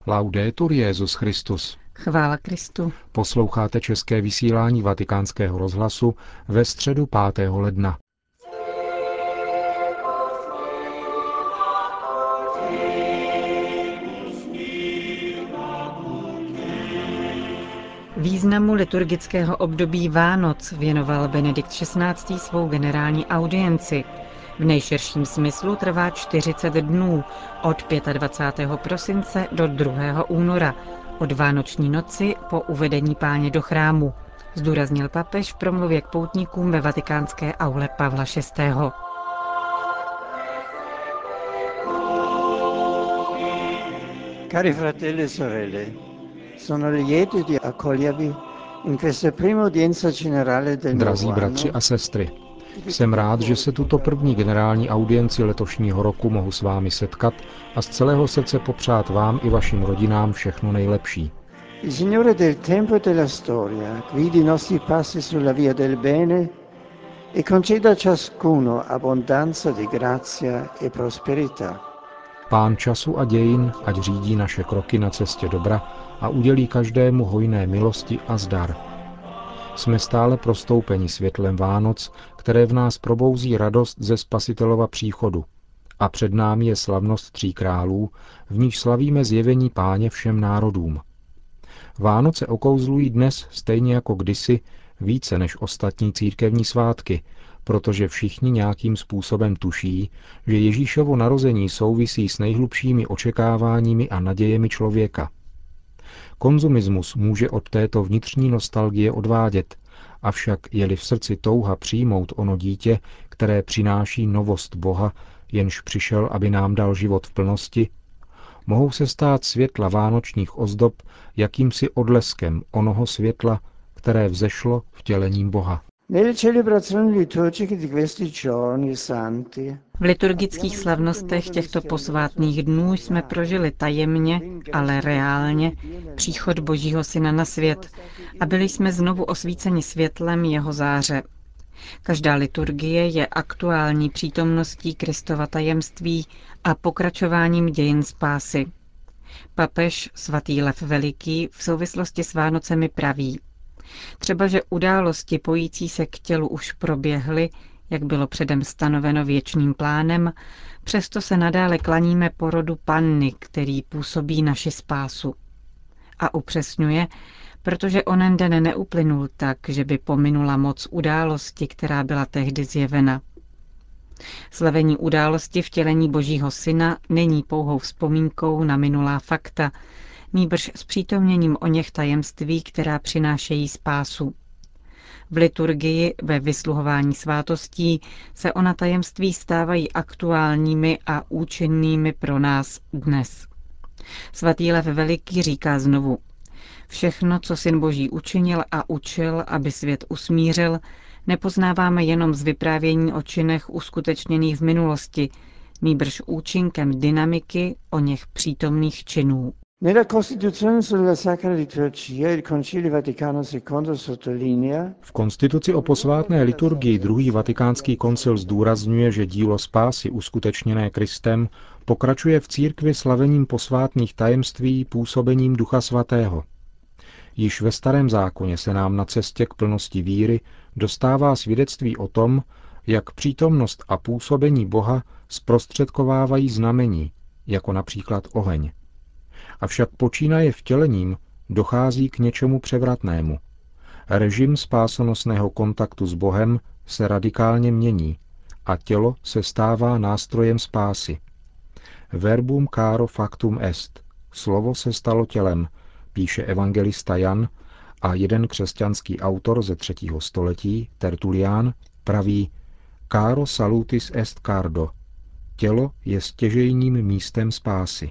Laudetur Jesus Christus. Chvála Kristu. Posloucháte české vysílání Vatikánského rozhlasu ve středu 5. ledna. Významu liturgického období Vánoc věnoval Benedikt XVI. Svou generální audienci. V nejširším smyslu trvá 40 dnů, od 25. prosince do 2. února, od Vánoční noci po uvedení Páně do chrámu, zdůraznil papež v promluvě k poutníkům ve vatikánské aule Pavla VI. Cari fratelli e sorelle, sono lieto di accogliervi in questa prima udienza generale del Drazí nuovo bratři anno. a sestry, jsem rád, že se tuto první generální audienci letošního roku mohu s vámi setkat a z celého srdce popřát vám i vašim rodinám všechno nejlepší. Il Signore del tempo e della storia guidi i nostri passi sulla via del bene e conceda a ciascuno abbondanza di grazia e prosperità. Pán času a dějin, ať řídí naše kroky na cestě dobra a udělí každému hojné milosti a zdar. Jsme stále prostoupeni světlem Vánoc, které v nás probouzí radost ze Spasitelova příchodu. A před námi je slavnost tří králů, v níž slavíme zjevení Páně všem národům. Vánoce okouzlují dnes, stejně jako kdysi, více než ostatní církevní svátky, protože všichni nějakým způsobem tuší, že Ježíšovo narození souvisí s nejhlubšími očekáváními a nadějemi člověka. Konzumismus může od této vnitřní nostalgie odvádět, avšak je-li v srdci touha přijmout ono dítě, které přináší novost Boha, jenž přišel, aby nám dal život v plnosti, mohou se stát světla vánočních ozdob jakýmsi odleskem onoho světla, které vzešlo vtělením Boha. Nelle celebrazioni liturgiche di questi giorni santi V liturgických slavnostech těchto posvátných dnů jsme prožili tajemně, ale reálně příchod Božího Syna na svět a byli jsme znovu osvíceni světlem jeho záře. Každá liturgie je aktuální přítomností Kristova tajemství a pokračováním dějin spásy. Papež svatý Lev Veliký v souvislosti s Vánocemi praví: třeba že události pojící se k tělu už proběhly, jak bylo předem stanoveno věčným plánem, přesto se nadále klaníme porodu Panny, který působí naši spásu. A upřesňuje, protože onen den neuplynul tak, že by pominula moc události, která byla tehdy zjevena. Slavení události vtělení Božího Syna není pouhou vzpomínkou na minulá fakta, nýbrž zpřítomněním oněch tajemství, která přinášejí spásu. V liturgii, ve vysluhování svátostí, se ona tajemství stávají aktuálními a účinnými pro nás dnes. Svatý Lev Veliký říká znovu: všechno, co Syn Boží učinil a učil, aby svět usmířil, nepoznáváme jenom z vyprávění o činech uskutečněných v minulosti, nýbrž účinkem dynamiky oněch přítomných činů. Nella Costituzione sulla Sacra Liturgia il Concilio Vaticano II sottolinea: V konstituci o posvátné liturgii druhý vatikánský koncil zdůrazňuje, že dílo spásy uskutečněné Kristem pokračuje v církvi slavením posvátných tajemství působením Ducha Svatého. Již ve Starém zákoně se nám na cestě k plnosti víry dostává svědectví o tom, jak přítomnost a působení Boha zprostředkovávají znamení, jako například oheň. Avšak počínaje vtělením dochází k něčemu převratnému. Režim spásonosného kontaktu s Bohem se radikálně mění a tělo se stává nástrojem spásy. Verbum caro factum est. Slovo se stalo tělem, píše evangelista Jan, a jeden křesťanský autor ze 3. století, Tertulián, praví: caro salutis est cardo. Tělo je stěžejním místem spásy.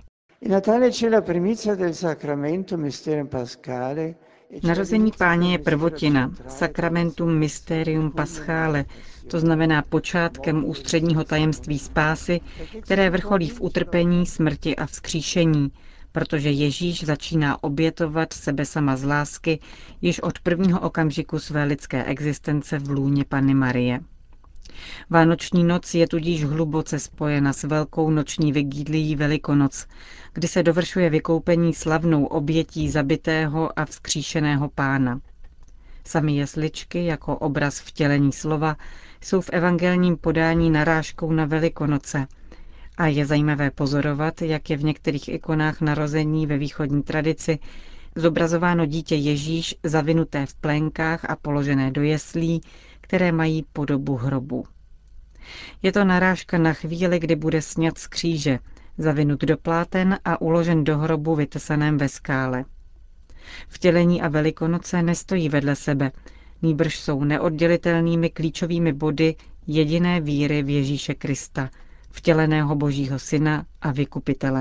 Narození Páně je prvotina, sacramentum mysterium paschale, to znamená počátkem ústředního tajemství spásy, které vrcholí v utrpení, smrti a vzkříšení, protože Ježíš začíná obětovat sebe sama z lásky již od prvního okamžiku své lidské existence v lůně Panny Marie. Vánoční noc je tudíž hluboce spojena s velkou noční vigílií Velikonoc, kdy se dovršuje vykoupení slavnou obětí zabitého a vzkříšeného Pána. Samy jesličky, jako obraz vtělení slova, jsou v evangelním podání narážkou na Velikonoce a je zajímavé pozorovat, jak je v některých ikonách narození ve východní tradici zobrazováno dítě Ježíš zavinuté v plénkách a položené do jeslí, které mají podobu hrobu. Je to narážka na chvíli, kdy bude sňat z kříže, zavinut do pláten a uložen do hrobu vytesaném ve skále. Vtělení a Velikonoce nestojí vedle sebe, nýbrž jsou neoddělitelnými klíčovými body jediné víry v Ježíše Krista, vtěleného Božího Syna a Vykupitele.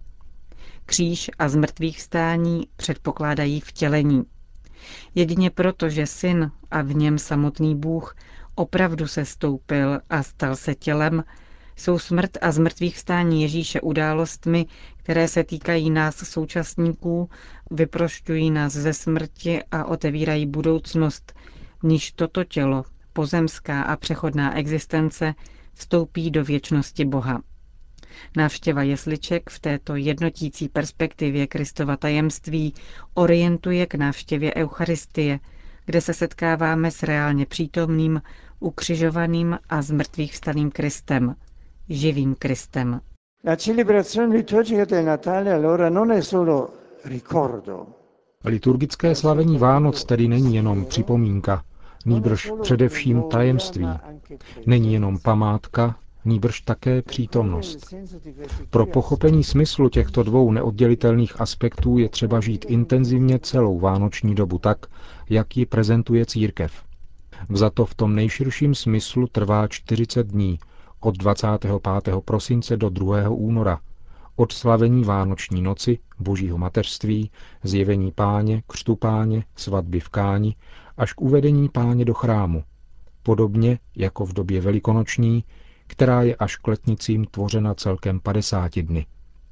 Kříž a zmrtvýchvstání předpokládají vtělení. Jedině proto, že Syn a v něm samotný Bůh opravdu se stoupil a stal se tělem, jsou smrt a zmrtvýchvstání Ježíše událostmi, které se týkají nás současníků, vyprošťují nás ze smrti a otevírají budoucnost, v níž toto tělo, pozemská a přechodná existence, vstoupí do věčnosti Boha. Návštěva jesliček v této jednotící perspektivě Kristova tajemství orientuje k návštěvě Eucharistie, kde se setkáváme s reálně přítomným, ukřižovaným a zmrtvýchvstalým Kristem, živým Kristem. La celebrazione liturgica del Natale allora non è solo ricordo. Liturgické slavení Vánoc tedy není jenom připomínka, nýbrž především tajemství. Není jenom památka, nýbrž také přítomnost. Pro pochopení smyslu těchto dvou neoddělitelných aspektů je třeba žít intenzivně celou vánoční dobu tak, jak ji prezentuje církev. Vzato v tom nejširším smyslu trvá 40 dní, od 25. prosince do 2. února, od slavení Vánoční noci, Božího mateřství, zjevení Páně, křtu Páně, svatby v Káni, až k uvedení Páně do chrámu, podobně jako v době velikonoční, která je až k letnicím tvořena celkem 50 dny.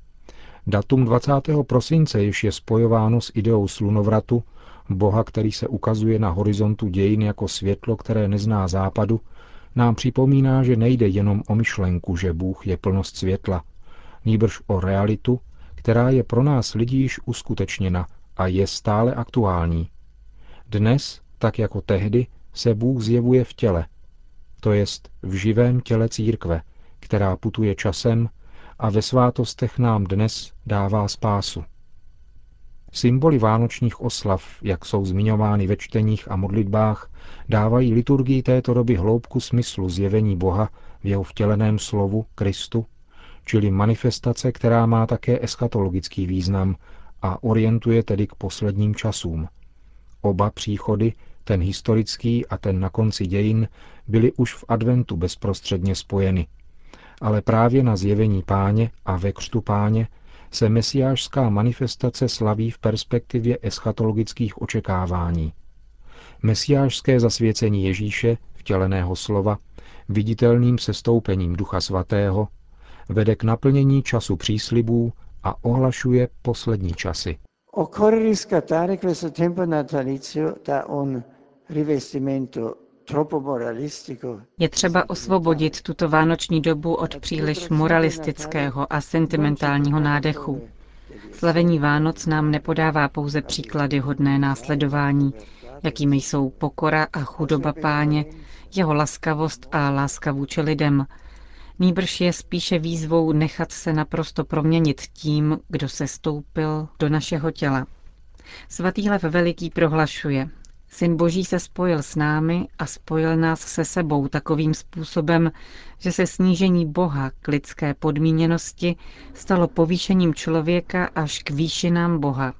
Datum 20. prosince jež je spojováno s ideou slunovratu, Boha, který se ukazuje na horizontu dějin jako světlo, které nezná západu, nám připomíná, že nejde jenom o myšlenku, že Bůh je plnost světla, nýbrž o realitu, která je pro nás lidi již uskutečněna a je stále aktuální. Dnes, tak jako tehdy, se Bůh zjevuje v těle, to jest v živém těle církve, která putuje časem a ve svátostech nám dnes dává spásu. Symboly vánočních oslav, jak jsou zmiňovány ve čteních a modlitbách, dávají liturgii této doby hloubku smyslu zjevení Boha v jeho vtěleném slovu Kristu, čili manifestace, která má také eschatologický význam a orientuje tedy k posledním časům. Oba příchody, ten historický a ten na konci dějin, byly už v adventu bezprostředně spojeny. Ale právě na zjevení Páně a ve křtu Páně se mesiášská manifestace slaví v perspektivě eschatologických očekávání. Mesiášské zasvěcení Ježíše, vtěleného slova, viditelným sestoupením Ducha Svatého, vede k naplnění času příslibů a ohlašuje poslední časy. Occorre riscattare questo tempo natalizio da un rivestimento troppo moralistico. Je třeba osvobodit tuto vánoční dobu od příliš moralistického a sentimentálního nádechu. Slavení Vánoc nám nepodává pouze příklady hodné následování, jakými jsou pokora a chudoba Páně, jeho laskavost a láska vůči lidem. Nýbrž je spíše výzvou nechat se naprosto proměnit tím, kdo se stoupil do našeho těla. Svatý Lev Veliký prohlašuje: Syn Boží se spojil s námi a spojil nás se sebou takovým způsobem, že se snížení Boha k lidské podmíněnosti stalo povýšením člověka až k výšinám Boha.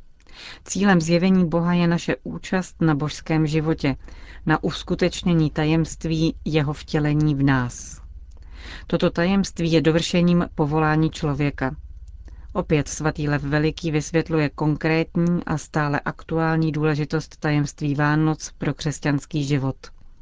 Cílem zjevení Boha je naše účast na božském životě, na uskutečnění tajemství jeho vtělení v nás. Toto tajemství je dovršením povolání člověka. Opět svatý Lev Veliký vysvětluje konkrétní a stále aktuální důležitost tajemství Vánoc pro křesťanský život.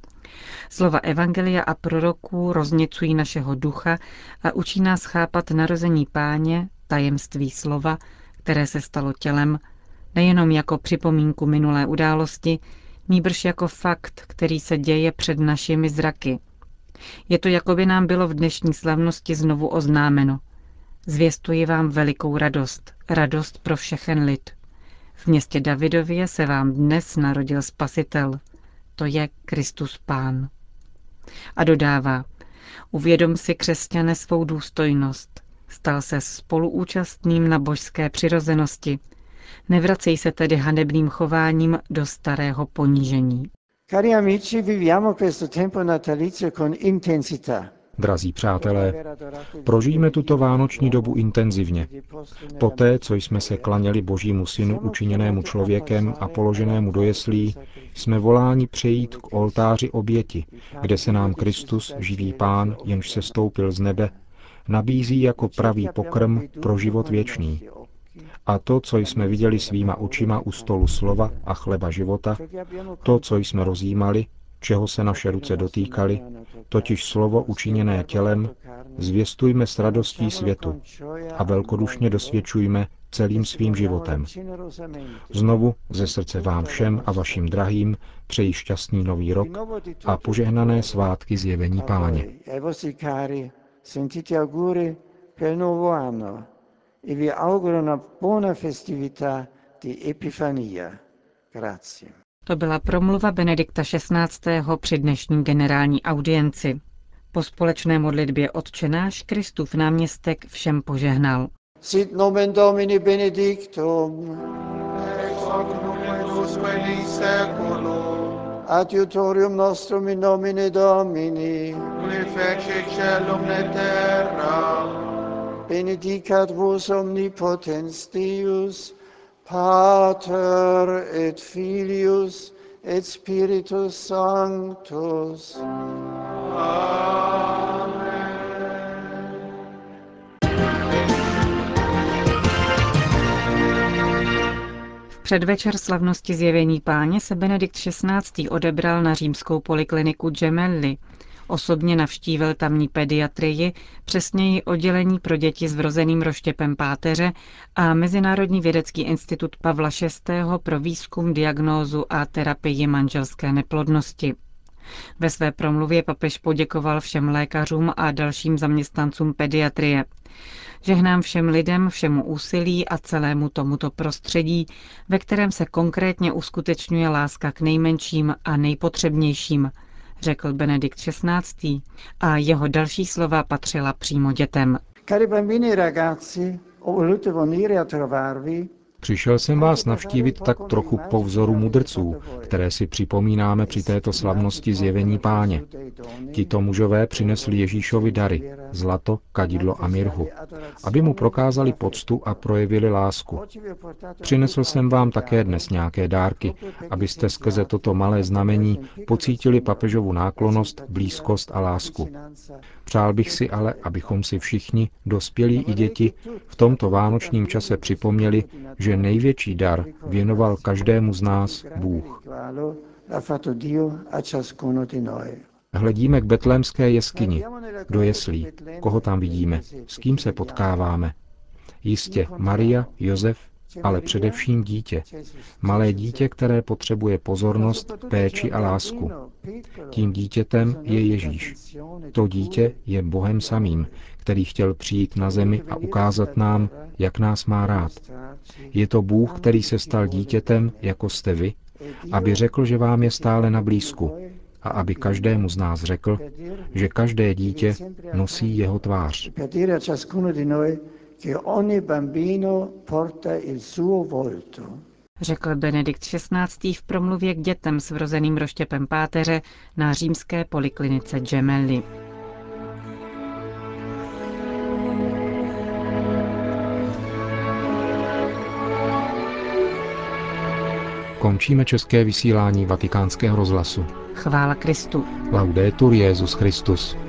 Slova evangelia a proroků rozněcují našeho ducha a učí nás chápat narození Páně, tajemství slova, které se stalo tělem, nejenom jako připomínku minulé události, nýbrž jako fakt, který se děje před našimi zraky. Je to, jako by nám bylo v dnešní slavnosti znovu oznámeno. Zvěstuji vám velikou radost, radost pro všechen lid. V městě Davidově se vám dnes narodil Spasitel, to je Kristus Pán. A dodává, uvědom si, křesťane, svou důstojnost. Stal se spoluúčastným na božské přirozenosti. Nevracej se tedy hanebným chováním do starého ponížení. Cari amici, viviamo questo tempo natalizio con intensità. Drazí přátelé, prožijme tuto vánoční dobu intenzivně. Poté, co jsme se klaněli Božímu Synu učiněnému člověkem a položenému do jeslí, jsme voláni přejít k oltáři oběti, kde se nám Kristus, živý Pán, jenž se stoupil z nebe, nabízí jako pravý pokrm pro život věčný. A to, co jsme viděli svýma očima u stolu slova a chleba života, to, co jsme rozjímali, čeho se naše ruce dotýkaly, totiž slovo učiněné tělem, zvěstujme s radostí světu a velkodušně dosvědčujme celým svým životem. Znovu ze srdce vám všem a vašim drahým přeji šťastný nový rok a požehnané svátky Zjevení Páně. E vi auguro una buona festività di Epifania. Grazie. To byla promluva Benedikta XVI. Při dnešní generální audienci. Po společné modlitbě Otčenáš Kristův náměstek všem požehnal. Sit nomen Domini benedictum. Ex hoc nunc usque in seculum. Adiutorium nostrum in nomine Domini. Qui fecit caelum et terra. Benedicat vos omnipotens Deus, Pater et Filius et Spiritus Sanctus. Amen. V předvečer slavnosti Zjevení Páně se Benedikt XVI. Odebral na římskou polikliniku Gemelli. Osobně navštívil tamní pediatrii, přesněji oddělení pro děti s vrozeným rozštěpem páteře a Mezinárodní vědecký institut Pavla VI. Pro výzkum, diagnózu a terapii manželské neplodnosti. Ve své promluvě papež poděkoval všem lékařům a dalším zaměstnancům pediatrie. Žehnám všem lidem, všemu úsilí a celému tomuto prostředí, ve kterém se konkrétně uskutečňuje láska k nejmenším a nejpotřebnějším, řekl Benedikt XVI. A jeho další slova patřila přímo dětem. Cari bambini e ragazzi, ho voluto venire a trovarvi. Přišel jsem vás navštívit tak trochu po vzoru mudrců, které si připomínáme při této slavnosti Zjevení Páně. Tito mužové přinesli Ježíšovi dary, zlato, kadidlo a mirhu, aby mu prokázali poctu a projevili lásku. Přinesl jsem vám také dnes nějaké dárky, abyste skrze toto malé znamení pocítili papežovu náklonnost, blízkost a lásku. Přál bych si ale, abychom si všichni, dospělí i děti, v tomto vánočním čase připomněli, že největší dar věnoval každému z nás Bůh. Hledíme k betlémské jeskyni, do jeslí. Koho tam vidíme? S kým se potkáváme? Jistě Maria, Josef, ale především dítě. Malé dítě, které potřebuje pozornost, péči a lásku. Tím dítětem je Ježíš. To dítě je Bohem samým, který chtěl přijít na zemi a ukázat nám, jak nás má rád. Je to Bůh, který se stal dítětem, jako jste vy, aby řekl, že vám je stále na blízku a aby každému z nás řekl, že každé dítě nosí jeho tvář. Řekl Benedikt XVI. V promluvě k dětem s vrozeným rozštěpem páteře na římské poliklinice Gemelli. Končíme české vysílání Vatikánského rozhlasu. Chvála Kristu. Laudetur Jesus Christus.